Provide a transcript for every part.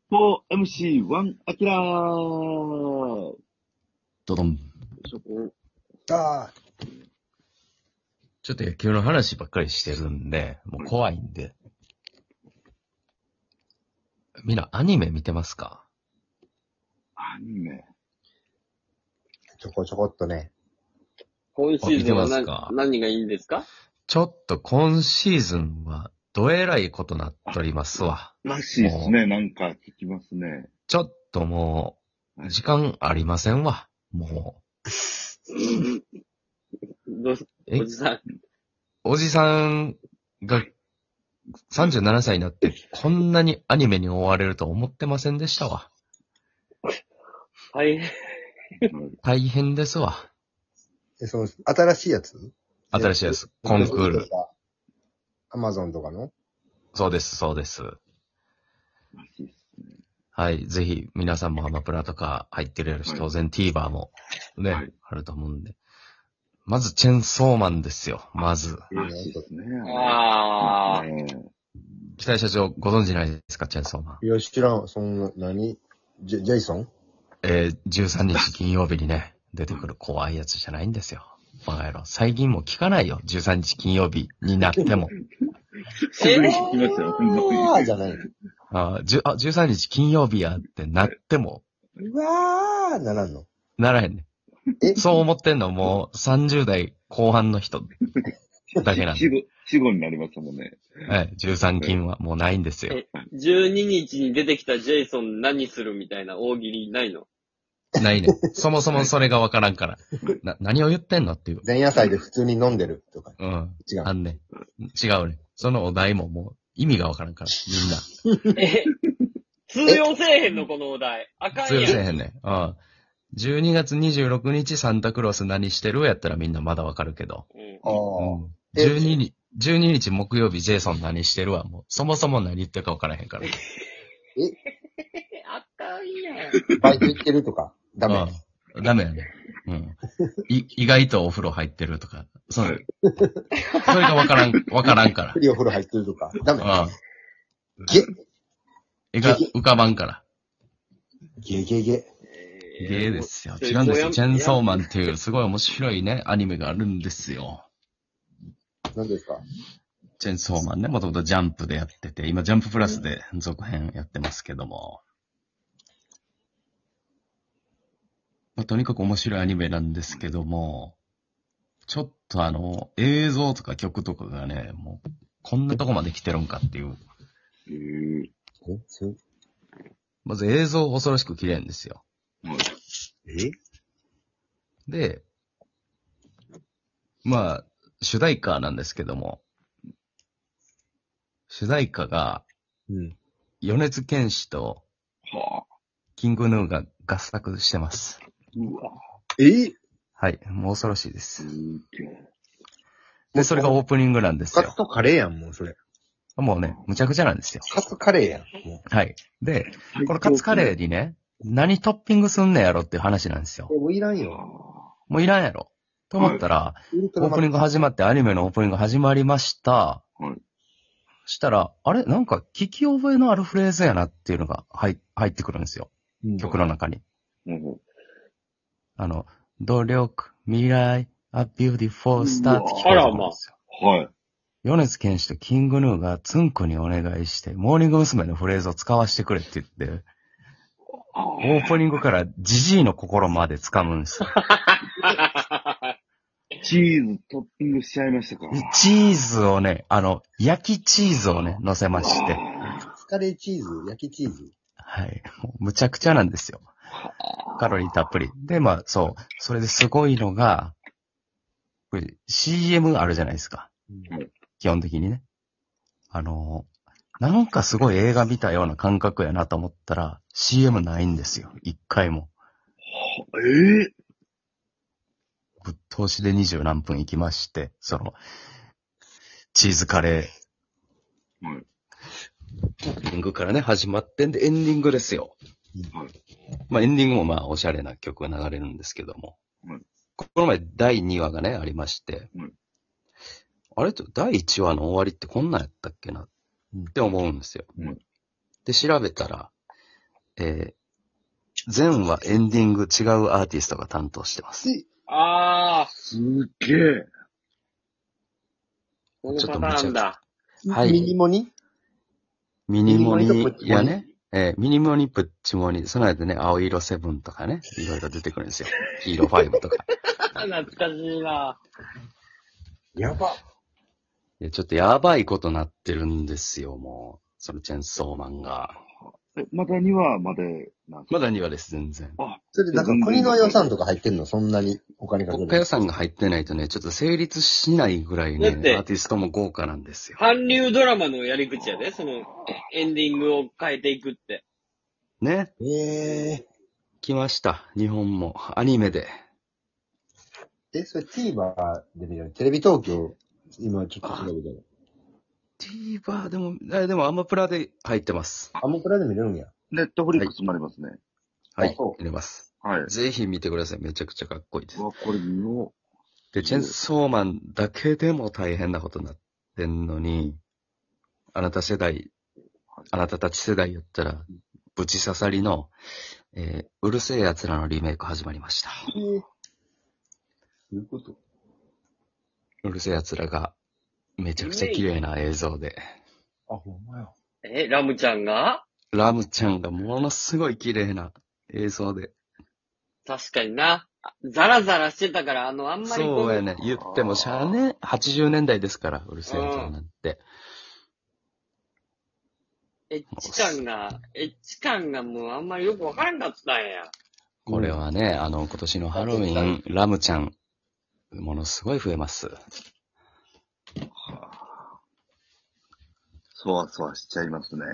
4MC1 アキラー。 ドドン。 ああ。 ちょっと野球の話ばっかりしてるんで、もう怖いんで。みんなアニメ見てますか？ アニメ。 ちょこちょこっとね。 今シーズンは見てますか？ 何がいいんですか？ ちょっと今シーズンはどえらいことなっとりますわ。 らしいっすね。なんか聞きますね。 ちょっともう、時間ありませんわ。もどうす、 えおじさん。 う、おじさんが37歳になってこんなにアニメに追われると思ってませんでしたわ。 はい。 大変ですわ。 その、新しいやつ？ 新しいやつ。コンクール。。 アマゾンとかの？ そうです、そうです。 らしいっすね。 はい。ぜひ、皆さんもアマプラとか入ってるやろし、 はい当然 TVer もね、 はいあると思うんで。まず、チェンソーマンですよ。まず。 らしいっすね。 ああ。 北井社長、ご存知ないですか、チェンソーマン。 いや、知らん。そんな、ジェイソン 13日金曜日にね、出てくる怖いやつじゃないんですよ。バカ野郎。最近も聞かないよ。13日金曜日になっても。 すぐに聞きますよ。 ああ、じゃない。 13日金曜日やってなっても、 うわー、ならんの。 ならへんね。 えそう思ってんのもう30代後半の人だけなんで。 死後になりますもんね。 はい。13金はもうないんですよ。 12日に出てきたジェイソン何するみたいな大喜利ないの？ ないね。そもそもそれがわからんから。何を言ってんのっていう。 前夜祭で普通に飲んでるとか。 うん。 違う。 あんね。違うね。そのお題ももう意味がわからんから、みんな。 通用せえへんのこのお題。あかん通用せえやん。 へんね。うん。12月26日サンタクロース何してるやったらみんなまだわかるけど。 ああ。 うん。12日木曜日ジェイソン何してるわ。もう、そもそも何言ってるかわからへんから。 あかんやん。 バイト行ってるとか。ダメ。 うん。ダメやね。うん。意外とお風呂入ってるとか。それがわからんからプ。リお風呂入ってるとか。ダメ。 うん。 ゲ。 絵が浮かばんから。 ゲゲゲ。 ゲーですよ。違うんですよ。チェンソーマンっていうすごい面白いね、アニメがあるんですよ。 何ですか？ チェンソーマンね、もともとジャンプでやってて、今ジャンププラスで続編やってますけども。まあ、とにかく面白いアニメなんですけども、ちょっと映像とか曲とかがね、もう、こんなとこまで来てるんかっていう。 そうまず映像恐ろしく綺麗んですよ。で、まあ、主題歌なんですけども、主題歌が、米津玄師と、 はあ。 キングヌーが合作してます。 うわ。 はい。もう恐ろしいですす。げえ。 で、それがオープニングなんですよ。 カツとカレーやん、もうそれ。 もうね、むちゃくちゃなんですよ。 カツカレーやん。もはい。で、このカツカレーにね、何トッピングすんねやろっていう話なんですよ。 ういらんよ。 もういらんやろ。と思ったら、オープニング始まって、アニメのオープニング始まりました。 はい。 したら、あれなんか聞き覚えのあるフレーズやなっていうのが入ってくるんですよ。曲の中に。努力、未来、a beautiful star って聞こえてくるんですよ。 はい。 米津玄師とキングヌーがつんくにお願いして、モーニング娘。のフレーズを使わせてくれって言って、オープニングからジジイの心まで掴むんですよ。 チーズトッピングしちゃいましたか？ チーズをね、焼きチーズをね、乗せまして。 カツカレーチーズ、焼きチーズ。 はい。もうむちゃくちゃなんですよ。カロリーたっぷり。で、まあ、そう。それですごいのが、これ CM あるじゃないですか。基本的にね。なんかすごい映画見たような感覚やなと思ったら、CM ないんですよ。一回も。ぶっ通しで20何分行きまして、チーズカレー。オープニングからね、始まってんで、エンディングですよ。まあ、エンディングもまあ、おしゃれな曲が流れるんですけども。この前、第2話がね、ありまして。あれと、第1話の終わりってこんなんやったっけなって思うんですよ。で、調べたら、 全話エンディング違うアーティストが担当してます。 あー、 すっげえ。 このパターンだ。 はいミニモニミニモニミニモニとプッチモニやね、ミニモニ、プッチモニ、その間ね、青色セブンとかね、いろいろ出てくるんですよ。ヒーロー5とか。 懐かしいな。 やば。 いやちょっとやばいことなってるんですよ、もう。そのチェンソーマンが。 まだ2話までなんですまだ2話です、全然。 あ、 それなんか国の予算とか入ってんの？そんなにお金かける？ 国家予算が入ってないとね、ちょっと成立しないぐらいね、 だってアーティストも豪華なんですよ。 韓流ドラマのやり口やで、その、エンディングを変えていくって。 ね。来ました。日本もアニメで。 それ TVer で見る？テレビ東京、今ちょっと調べたら。 TVer でもアマプラで入ってます。 アマプラで見れるんや。 ネットフリックスもありますね。 はいそう、 入れます。 はい。 ぜひ見てください。めちゃくちゃかっこいいですう。わ、これ見よで、チェンソーマンだけでも大変なことになってんのに、あなたたち世代やったら、ぶち刺さりの、うるせえ奴らのリメイク始まりました。 どういうこと？ うるせえ奴らが、めちゃくちゃ綺麗な映像で、 あ、ほんまや。 ラムちゃんがラムちゃんがものすごい綺麗な映像で、 確かにな。ザラザラしてたから、あんまりこそうやね。言ってもしゃあね、80年代ですから、うるせえ奴らなんて。 エッチ感がもうあんまりよくわからんかったんや。 これはね、今年のハロウィン、ラムちゃん、ものすごい増えます。 う。そわそわしちゃいますね。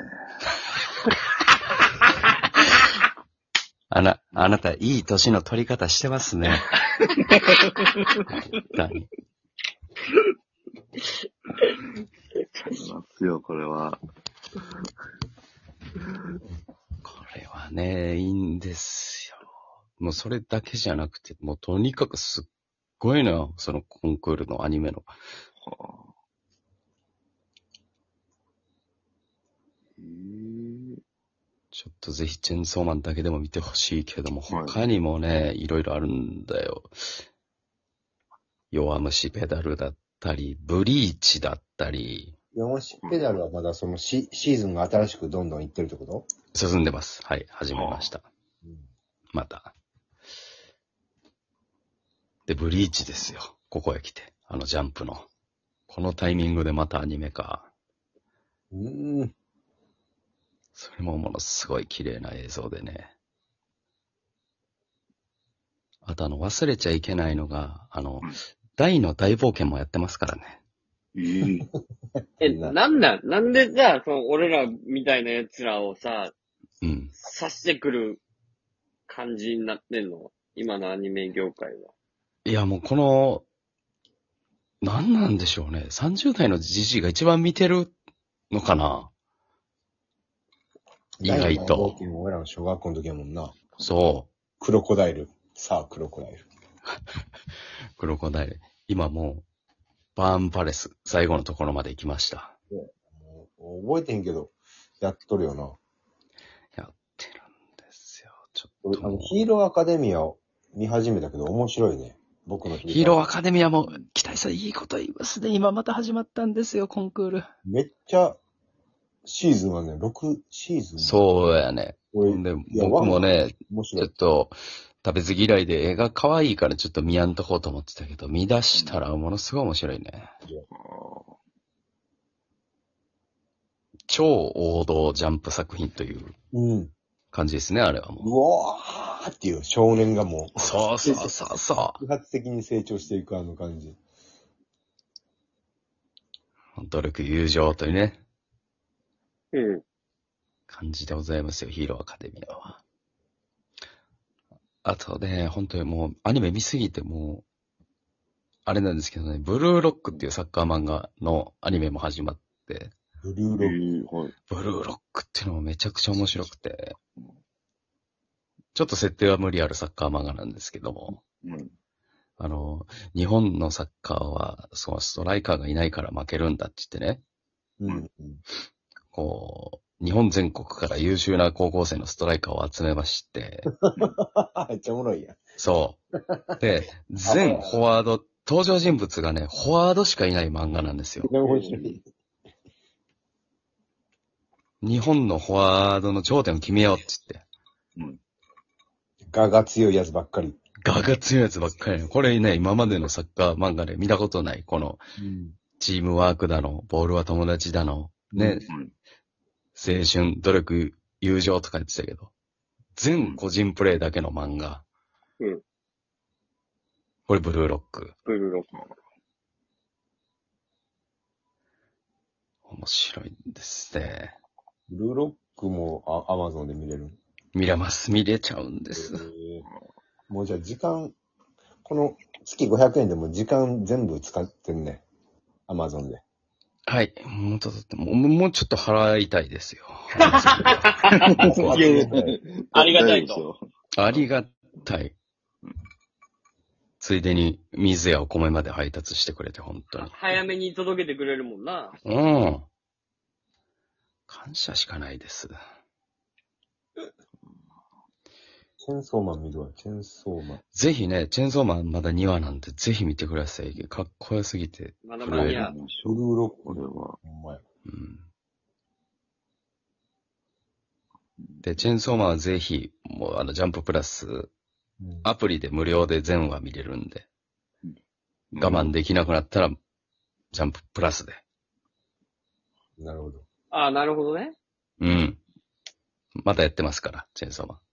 あなた、いい年の取り方してますね。本当にいますよ、これは。 これはね、いいんですよ。もうそれだけじゃなくて、もうとにかくすっごいのよ。そのコンクールのアニメの。 はあちょっとぜひチェンソーマンだけでも見てほしいけども、 はい他にもね、いろいろあるんだよ。弱虫ペダルだったり、ブリーチだったり、 山しペダルはまだそのシーズンが新しくどんどんいってるってこと？ 進んでます。はい、始めました。また。で、ブリーチですよ。ここへ来て。ジャンプの。このタイミングでまたアニメ化。それもものすごい綺麗な映像でね。あと忘れちゃいけないのが、大の大冒険もやってますからね。 なんでじゃあ、俺らみたいな奴らをさ、 うん。 刺してくる感じになってんの？今のアニメ業界は。 いや、もう何なんでしょうね。30代のじじいが一番見てるのかな？意外と。 俺らの小学校の時やもんな。 そう。 クロコダイル。さあ、クロコダイル。 クロコダイル。今もう、バーンパレス、最後のところまで行きました。 もう覚えてへんけど、やっとるよな。 やってるんですよ。ちょっと。 ヒーローアカデミアを見始めたけど面白いね。僕のヒーローアカデミアも期待されいいこと言いますね。今また始まったんですよ、コンクール。 めっちゃ、シーズンはね、6シーズン。 そうやね。で、僕もね、ちょっと、食べず嫌いで絵が可愛いからちょっと見やんとこうと思ってたけど、見出したらものすごい面白いね。超王道ジャンプ作品という感じですね、あれはもう。 うわーっていう少年がもう。 そうそうそうそう。 爆発的に成長していくあの感じ。 努力、友情というね。 うん。 感じでございますよ、ヒーローアカデミアは。あとね、本当にもう、アニメ見すぎてもう、あれなんですけどね、ブルーロックっていうサッカー漫画のアニメも始まって、 ブルーロック。 ブルーロックっていうのもめちゃくちゃ面白くて、ちょっと設定は無理あるサッカー漫画なんですけども、日本のサッカーは、ストライカーがいないから負けるんだって言ってね、こう、 日本全国から優秀な高校生のストライカーを集めまして、 めっちゃおもろいやん。 そう。で、全フォワード、登場人物がね、フォワードしかいない漫画なんですよ。 面白い。 日本のフォワードの頂点を決めようって言って。 うん。 我が強いやつばっかり。 我が強いやつばっかりね。これね、今までのサッカー漫画で見たことない。この、チームワークだの、ボールは友達だの、ね、 うん。 青春、努力、友情とか言ってたけど、全個人プレイだけの漫画。 うん。 これブルーロック。 ブルーロック。 面白いんですね。 ブルーロックもアマゾンで見れる。 見れます。見れちゃうんです。 もうじゃあ時間、この月500円でも時間全部使ってんね。アマゾンで。 はい。もうちょっと、もうちょっと払いたいですよ。 いやいやありがたいと。 ありがたい。ついでに水やお米まで配達してくれて、本当に。 早めに届けてくれるもんな。 うん。感謝しかないです。 チェンソーマン見るわ、チェンソーマン。 ぜひね、チェーンソーマンまだ2話なんで、ぜひ見てください。かっこよすぎて。 まだ間に合う。 ブルーロック。 これは、 ほんまや。 うん。で、チェーンソーマンはぜひ、もうジャンププラス、アプリで無料で全話見れるんで、我慢できなくなったら、ジャンププラスで。 なるほど。 ああ、なるほどね。 うん。まだやってますから、チェーンソーマン。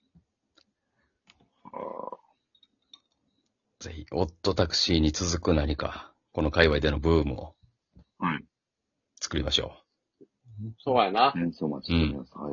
ぜひ、オットタクシーに続く何か、この界隈でのブームをはい。 作りましょう。 そうやな。 演奏待ちしてます。はい。